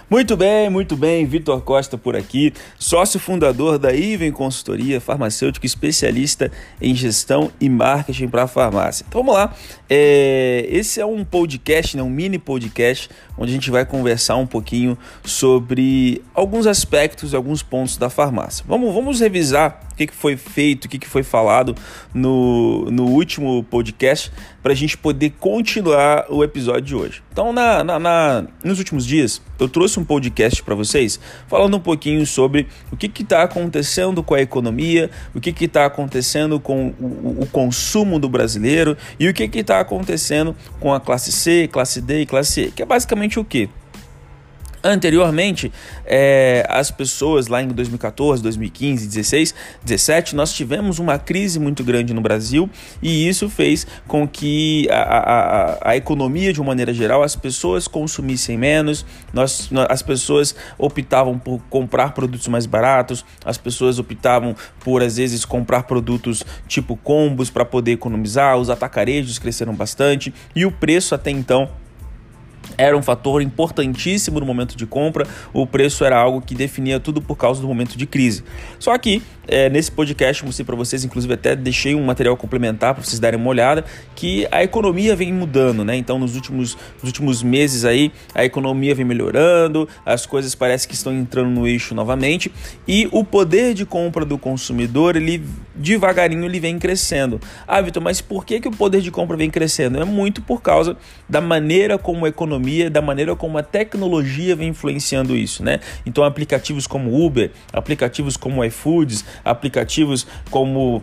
Muito bem, Vitor Costa por aqui, sócio fundador da Iven Consultoria, farmacêutico especialista em gestão e marketing para a farmácia. Então vamos lá, esse é um podcast, um mini podcast, onde a gente vai conversar um pouquinho sobre alguns aspectos, alguns pontos da farmácia. Vamos revisar o que foi feito, o que foi falado no último podcast, para a gente poder continuar o episódio de hoje. Então, nos últimos dias, eu trouxe um podcast para vocês falando um pouquinho sobre o que está acontecendo com a economia, o que está acontecendo com o consumo do brasileiro e o que está acontecendo com a classe C, classe D e classe E, que é basicamente o quê? Anteriormente, as pessoas lá em 2014, 2015, 2016, 2017, nós tivemos uma crise muito grande no Brasil e isso fez com que a economia, de uma maneira geral, as pessoas consumissem menos, as pessoas optavam por comprar produtos mais baratos, as pessoas optavam por, às vezes, comprar produtos tipo combos para poder economizar, os atacarejos cresceram bastante e o preço até então era um fator importantíssimo no momento de compra, o preço era algo que definia tudo por causa do momento de crise. Só que nesse podcast eu mostrei para vocês, inclusive até deixei um material complementar para vocês darem uma olhada, que a economia vem mudando, né? Então nos últimos meses aí a economia vem melhorando, as coisas parecem que estão entrando no eixo novamente e o poder de compra do consumidor, ele devagarinho ele vem crescendo. Ah, Vitor, mas por que o poder de compra vem crescendo? É muito por causa da maneira como a economia, da maneira como a tecnologia vem influenciando isso, né? Então aplicativos como Uber, aplicativos como iFoods, aplicativos como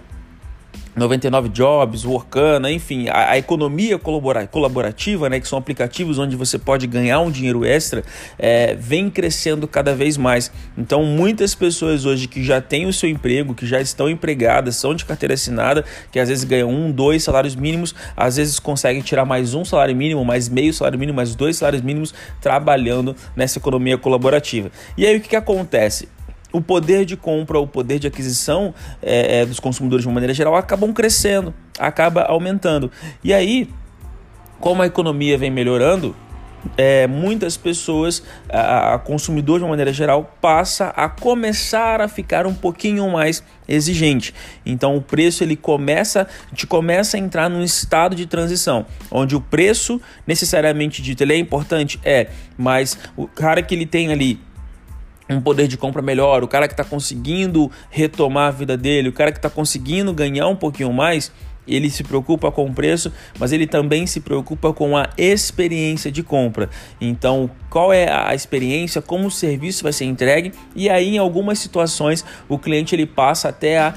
99 Jobs, Workana, enfim, a economia colaborativa, né, que são aplicativos onde você pode ganhar um dinheiro extra, vem crescendo cada vez mais. Então, muitas pessoas hoje que já têm o seu emprego, que já estão empregadas, são de carteira assinada, que às vezes ganham 1, 2 salários mínimos, às vezes conseguem tirar mais um salário mínimo, mais meio salário mínimo, mais 2 salários mínimos, trabalhando nessa economia colaborativa. E aí, o que acontece? O poder de compra, o poder de aquisição dos consumidores de uma maneira geral acabam crescendo, acaba aumentando. E aí, como a economia vem melhorando, muitas pessoas, a consumidor de uma maneira geral, passa a começar a ficar um pouquinho mais exigente. Então o preço a gente começa a entrar num estado de transição, onde o preço necessariamente dito ele é importante, mas o cara que ele tem ali um poder de compra melhor, o cara que está conseguindo retomar a vida dele, o cara que está conseguindo ganhar um pouquinho mais, ele se preocupa com o preço, mas ele também se preocupa com a experiência de compra. Então, qual é a experiência, como o serviço vai ser entregue, e aí em algumas situações o cliente ele passa até a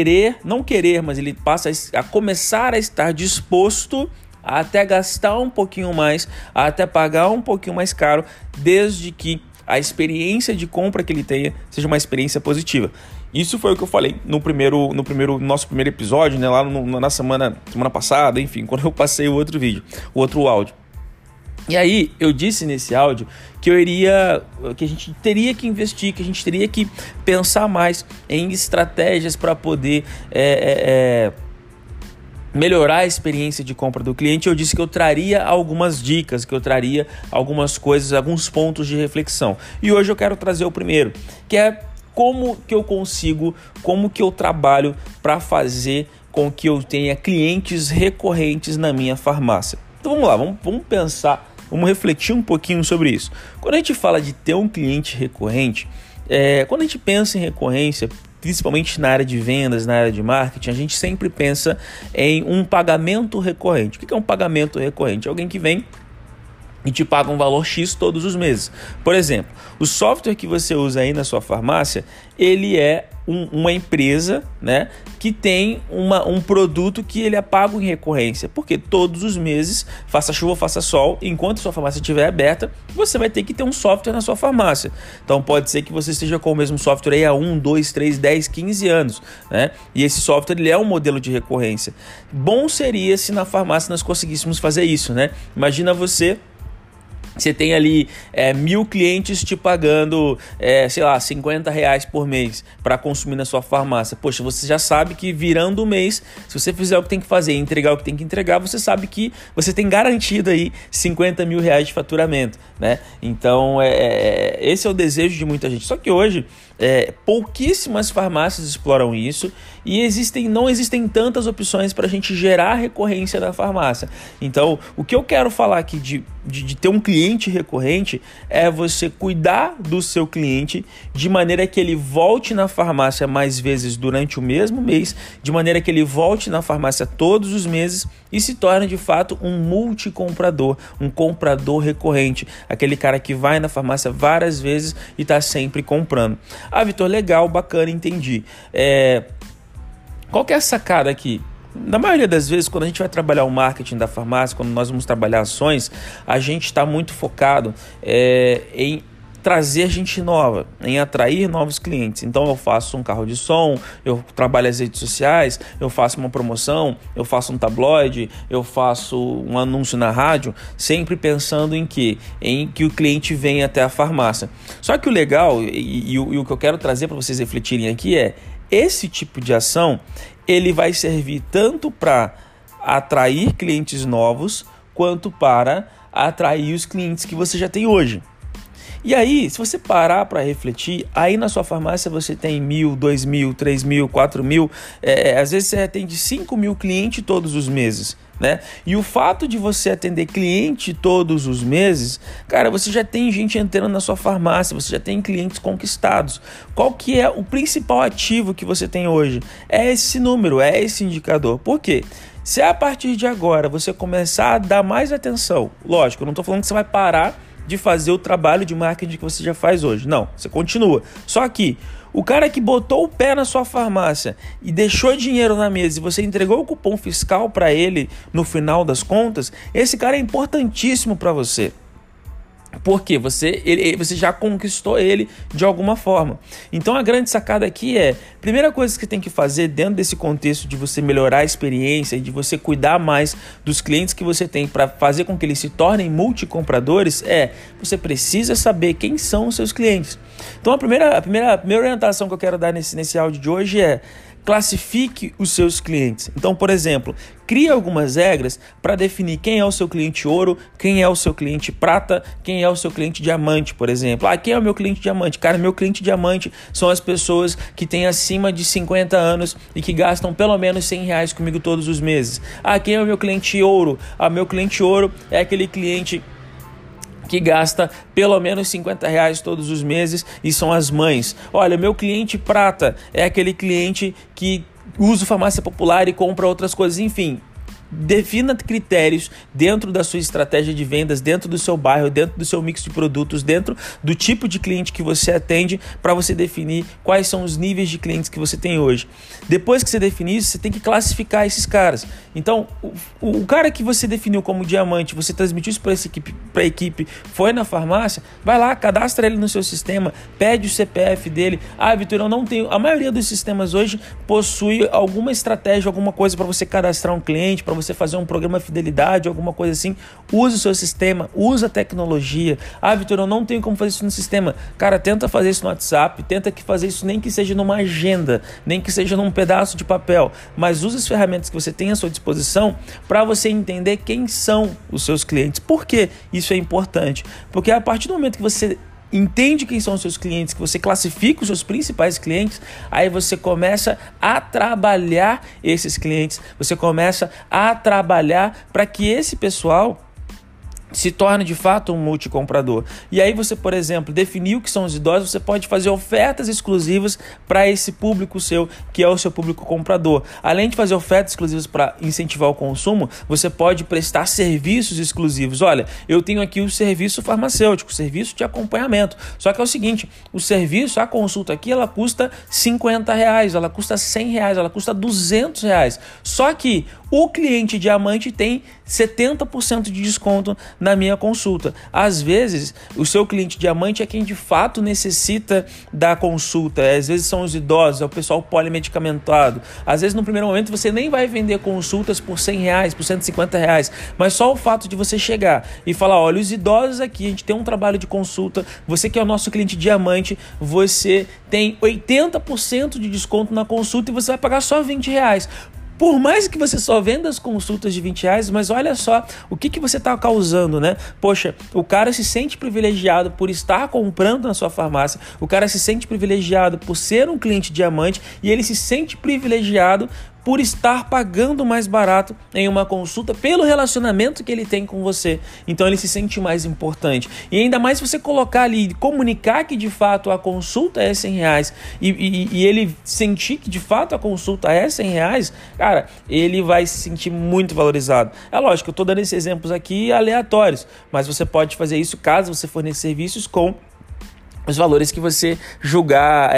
mas ele passa a começar a estar disposto a até gastar um pouquinho mais, a até pagar um pouquinho mais caro, desde que a experiência de compra que ele tenha seja uma experiência positiva. Isso foi o que eu falei no nosso primeiro episódio, né, lá na semana passada, enfim, quando eu passei o outro áudio. E aí eu disse nesse áudio que a gente teria que investir, que a gente teria que pensar mais em estratégias para poder melhorar a experiência de compra do cliente. Eu disse que eu traria algumas dicas, que eu traria algumas coisas, alguns pontos de reflexão. E hoje eu quero trazer o primeiro, que é como que eu trabalho para fazer com que eu tenha clientes recorrentes na minha farmácia. Então vamos lá, vamos pensar, vamos refletir um pouquinho sobre isso. Quando a gente fala de ter um cliente recorrente, quando a gente pensa em recorrência, principalmente na área de vendas, na área de marketing, a gente sempre pensa em um pagamento recorrente. O que é um pagamento recorrente? Alguém que vem e te paga um valor X todos os meses. Por exemplo, o software que você usa aí na sua farmácia, ele é uma empresa, né, que tem um produto que ele é pago em recorrência, porque todos os meses, faça chuva, faça sol, enquanto a sua farmácia estiver aberta, você vai ter que ter um software na sua farmácia. Então pode ser que você esteja com o mesmo software aí há 1, 2, 3, 10, 15 anos, né? E esse software ele é um modelo de recorrência. Bom seria se na farmácia nós conseguíssemos fazer isso, né? Imagina você Você tem ali 1.000 clientes te pagando, sei lá, R$50 por mês para consumir na sua farmácia. Poxa, você já sabe que virando o mês, se você fizer o que tem que fazer e entregar o que tem que entregar, você sabe que você tem garantido aí R$50 mil de faturamento, né? Então, esse é o desejo de muita gente. Só que hoje, pouquíssimas farmácias exploram isso e não existem tantas opções para a gente gerar recorrência na farmácia. Então, o que eu quero falar aqui de ter um cliente recorrente é você cuidar do seu cliente de maneira que ele volte na farmácia mais vezes durante o mesmo mês, de maneira que ele volte na farmácia todos os meses e se torne de fato um multicomprador, um comprador recorrente, aquele cara que vai na farmácia várias vezes e está sempre comprando. Ah, Vitor, legal, bacana, entendi. Qual que é a sacada aqui? Na maioria das vezes, quando a gente vai trabalhar o marketing da farmácia, quando nós vamos trabalhar ações, a gente está muito focado em trazer gente nova, em atrair novos clientes. Então eu faço um carro de som, eu trabalho as redes sociais, eu faço uma promoção, eu faço um tabloide, eu faço um anúncio na rádio, sempre pensando em que o cliente venha até a farmácia. Só que o legal e o que eu quero trazer para vocês refletirem aqui esse tipo de ação, ele vai servir tanto para atrair clientes novos, quanto para atrair os clientes que você já tem hoje. E aí, se você parar para refletir, aí na sua farmácia você tem 1.000, 2.000, 3.000, 4.000, às vezes você atende 5.000 clientes todos os meses, né? E o fato de você atender cliente todos os meses, cara, você já tem gente entrando na sua farmácia, você já tem clientes conquistados. Qual que é o principal ativo que você tem hoje? É esse número, é esse indicador. Por quê? Se a partir de agora você começar a dar mais atenção, lógico, eu não estou falando que você vai parar de fazer o trabalho de marketing que você já faz hoje. Não, você continua. Só que o cara que botou o pé na sua farmácia e deixou dinheiro na mesa e você entregou o cupom fiscal para ele no final das contas, esse cara é importantíssimo para você. Porque você já conquistou ele de alguma forma. Então a grande sacada aqui primeira coisa que você tem que fazer dentro desse contexto de você melhorar a experiência e de você cuidar mais dos clientes que você tem para fazer com que eles se tornem multicompradores você precisa saber quem são os seus clientes. Então a primeira orientação que eu quero dar nesse áudio de hoje classifique os seus clientes. Então, por exemplo, crie algumas regras para definir quem é o seu cliente ouro, quem é o seu cliente prata, quem é o seu cliente diamante, por exemplo. Quem é o meu cliente diamante? Cara, meu cliente diamante são as pessoas que têm acima de 50 anos e que gastam pelo menos R$100 comigo todos os meses. Quem é o meu cliente ouro? Meu cliente ouro é aquele cliente que gasta pelo menos R$50 todos os meses e são as mães. Olha, meu cliente prata é aquele cliente que usa farmácia popular e compra outras coisas, enfim. Defina critérios dentro da sua estratégia de vendas, dentro do seu bairro, dentro do seu mix de produtos, dentro do tipo de cliente que você atende, para você definir quais são os níveis de clientes que você tem hoje. Depois que você definir isso, você tem que classificar esses caras. Então, o cara que você definiu como diamante, você transmitiu isso para a equipe, foi na farmácia, vai lá, cadastra ele no seu sistema, pede o CPF dele. Vitor, eu não tenho. A maioria dos sistemas hoje possui alguma estratégia, alguma coisa para você cadastrar um cliente, para você fazer um programa de fidelidade, alguma coisa assim. Use o seu sistema, usa a tecnologia. Vitor, eu não tenho como fazer isso no sistema. Cara, tenta fazer isso no WhatsApp, tenta fazer isso nem que seja numa agenda, nem que seja num pedaço de papel, mas use as ferramentas que você tem à sua disposição para você entender quem são os seus clientes. Por que isso é importante? Porque a partir do momento que você entende quem são os seus clientes, que você classifica os seus principais clientes, aí você começa a trabalhar esses clientes, você começa a trabalhar para que esse pessoal se torne de fato um multicomprador. E aí você, por exemplo, definiu que são os idosos, você pode fazer ofertas exclusivas para esse público seu, que é o seu público comprador. Além de fazer ofertas exclusivas para incentivar o consumo, você pode prestar serviços exclusivos. Olha, eu tenho aqui o serviço farmacêutico, o serviço de acompanhamento. Só que é o seguinte, o serviço, a consulta aqui, ela custa R$50, ela custa R$100, ela custa R$200. Só que O cliente diamante tem 70% de desconto na minha consulta. Às vezes, o seu cliente diamante é quem de fato necessita da consulta. Às vezes são os idosos, é o pessoal polimedicamentado. Às vezes, no primeiro momento, você nem vai vender consultas por R$100, por R$150, mas só o fato de você chegar e falar, olha, os idosos aqui, a gente tem um trabalho de consulta, você que é o nosso cliente diamante, você tem 80% de desconto na consulta e você vai pagar só R$20. Por mais que você só venda as consultas de R$20, mas olha só o que você está causando, né? Poxa, o cara se sente privilegiado por estar comprando na sua farmácia, o cara se sente privilegiado por ser um cliente diamante e ele se sente privilegiado por estar pagando mais barato em uma consulta pelo relacionamento que ele tem com você. Então ele se sente mais importante. E ainda mais se você colocar ali, comunicar que de fato a consulta é R$100 e ele sentir que de fato a consulta é R$100, cara, ele vai se sentir muito valorizado. É lógico, eu estou dando esses exemplos aqui aleatórios, mas você pode fazer isso caso você forneça serviços com os valores que você julgar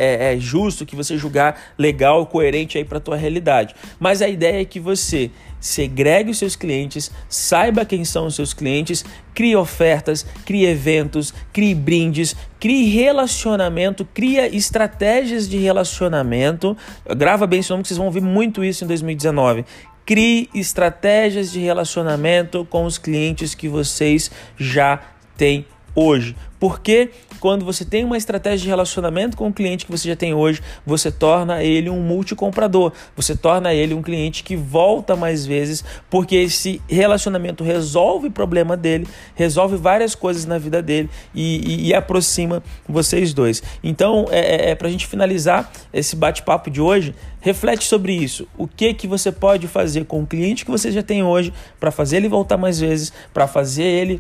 justo, que você julgar legal, coerente aí para a tua realidade. Mas a ideia é que você segregue os seus clientes, saiba quem são os seus clientes, crie ofertas, crie eventos, crie brindes, crie relacionamento, cria estratégias de relacionamento. Grava bem esse nome que vocês vão ouvir muito isso em 2019. Crie estratégias de relacionamento com os clientes que vocês já têm hoje. Porque quando você tem uma estratégia de relacionamento com o cliente que você já tem hoje, você torna ele um multicomprador, você torna ele um cliente que volta mais vezes, porque esse relacionamento resolve o problema dele, resolve várias coisas na vida dele e aproxima vocês dois. Então, para a gente finalizar esse bate-papo de hoje, reflete sobre isso. O que você pode fazer com o cliente que você já tem hoje para fazer ele voltar mais vezes, para fazer ele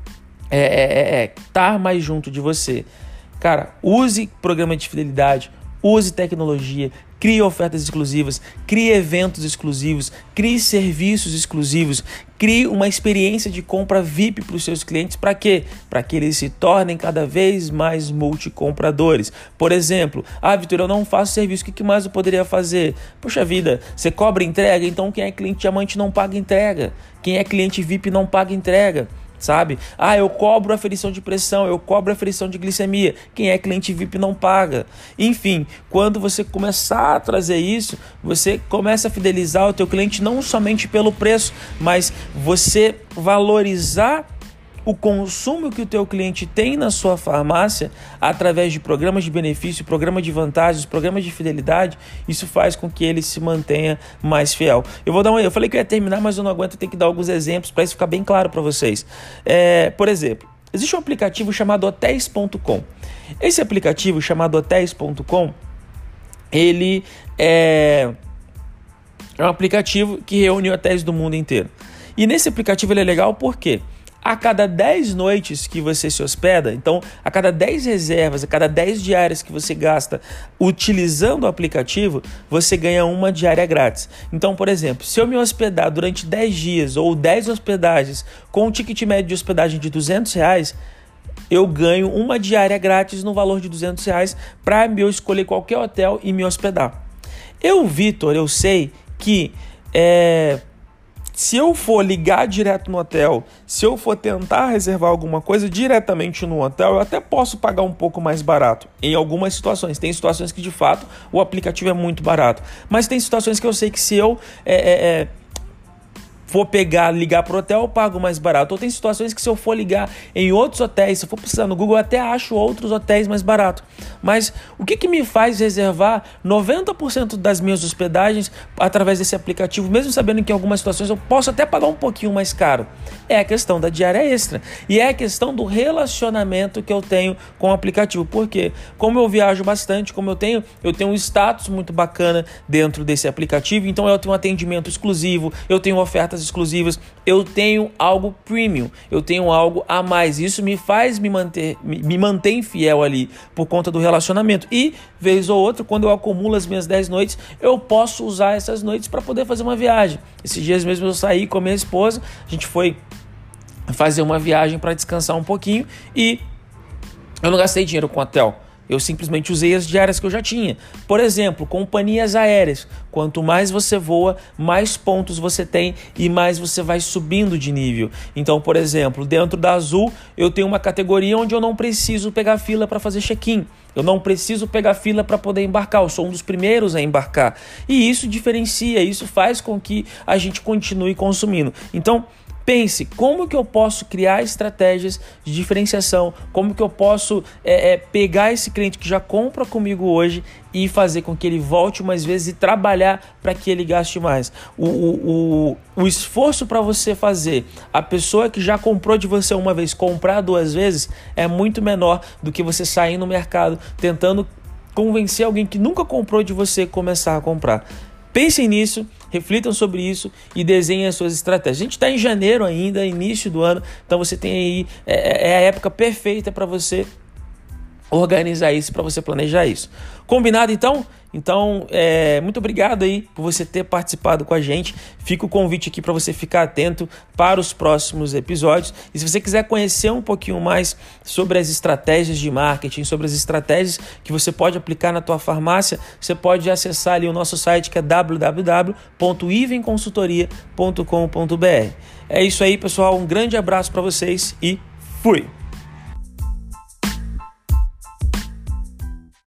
estar mais junto de você. Cara, use programa de fidelidade, use tecnologia, crie ofertas exclusivas, crie eventos exclusivos, crie serviços exclusivos, crie uma experiência de compra VIP para os seus clientes. Para quê? Para que eles se tornem cada vez mais multicompradores. Por exemplo, Vitor, eu não faço serviço, o que mais eu poderia fazer? Poxa vida, você cobra entrega, então quem é cliente diamante não paga entrega. Quem é cliente VIP não paga entrega. Sabe? Eu cobro aferição de pressão, eu cobro aferição de glicemia. Quem é cliente VIP não paga. Enfim, quando você começar a trazer isso, você começa a fidelizar o teu cliente não somente pelo preço, mas você valorizar o consumo que o teu cliente tem na sua farmácia através de programas de benefício, programas de vantagens, programas de fidelidade. Isso faz com que ele se mantenha mais fiel. Eu falei que eu ia terminar, mas eu não aguento, eu tenho que dar alguns exemplos para isso ficar bem claro para vocês. Por exemplo, existe um aplicativo chamado Hotéis.com. Esse aplicativo chamado Hotéis.com, ele é um aplicativo que reúne hotéis do mundo inteiro. E nesse aplicativo ele é legal porque a cada 10 noites que você se hospeda, então a cada 10 reservas, a cada 10 diárias que você gasta utilizando o aplicativo, você ganha uma diária grátis. Então, por exemplo, se eu me hospedar durante 10 dias ou 10 hospedagens com um ticket médio de hospedagem de R$200, eu ganho uma diária grátis no valor de R$200 para eu escolher qualquer hotel e me hospedar. Vitor, eu sei que se eu for ligar direto no hotel, se eu for tentar reservar alguma coisa diretamente no hotel, eu até posso pagar um pouco mais barato em algumas situações. Tem situações que de fato o aplicativo é muito barato, mas tem situações que eu sei que se eu for ligar para o hotel, eu pago mais barato. Ou tem situações que se eu for ligar em outros hotéis, se eu for precisar no Google, eu até acho outros hotéis mais baratos. Mas o que me faz reservar 90% das minhas hospedagens através desse aplicativo, mesmo sabendo que em algumas situações eu posso até pagar um pouquinho mais caro? É a questão da diária extra. E é a questão do relacionamento que eu tenho com o aplicativo. Por quê? Como eu viajo bastante, como eu tenho um status muito bacana dentro desse aplicativo, então eu tenho um atendimento exclusivo, eu tenho ofertas exclusivas, eu tenho algo premium, eu tenho algo a mais. Isso me faz me mantém fiel ali por conta do relacionamento. E vez ou outra, quando eu acumulo as minhas 10 noites, eu posso usar essas noites para poder fazer uma viagem. Esses dias mesmo eu saí com a minha esposa, a gente foi fazer uma viagem para descansar um pouquinho e eu não gastei dinheiro com hotel. Eu simplesmente usei as diárias que eu já tinha. Por exemplo, companhias aéreas. Quanto mais você voa, mais pontos você tem e mais você vai subindo de nível. Então, por exemplo, dentro da Azul, eu tenho uma categoria onde eu não preciso pegar fila para fazer check-in. Eu não preciso pegar fila para poder embarcar, eu sou um dos primeiros a embarcar. E isso diferencia, isso faz com que a gente continue consumindo. Então, pense, como que eu posso criar estratégias de diferenciação, como que eu posso pegar esse cliente que já compra comigo hoje e fazer com que ele volte mais vezes e trabalhar para que ele gaste mais. O esforço para você fazer a pessoa que já comprou de você uma vez comprar 2 vezes é muito menor do que você sair no mercado tentando convencer alguém que nunca comprou de você a começar a comprar. Pensem nisso, reflitam sobre isso e desenhem as suas estratégias. A gente está em janeiro ainda, início do ano, então você tem aí, é a época perfeita para você organizar isso, para você planejar isso. Combinado então? Então, muito obrigado aí por você ter participado com a gente. Fica o convite aqui para você ficar atento para os próximos episódios. E se você quiser conhecer um pouquinho mais sobre as estratégias de marketing, sobre as estratégias que você pode aplicar na tua farmácia, você pode acessar ali o nosso site que é www.ivenconsultoria.com.br. É isso aí, pessoal. Um grande abraço para vocês e fui!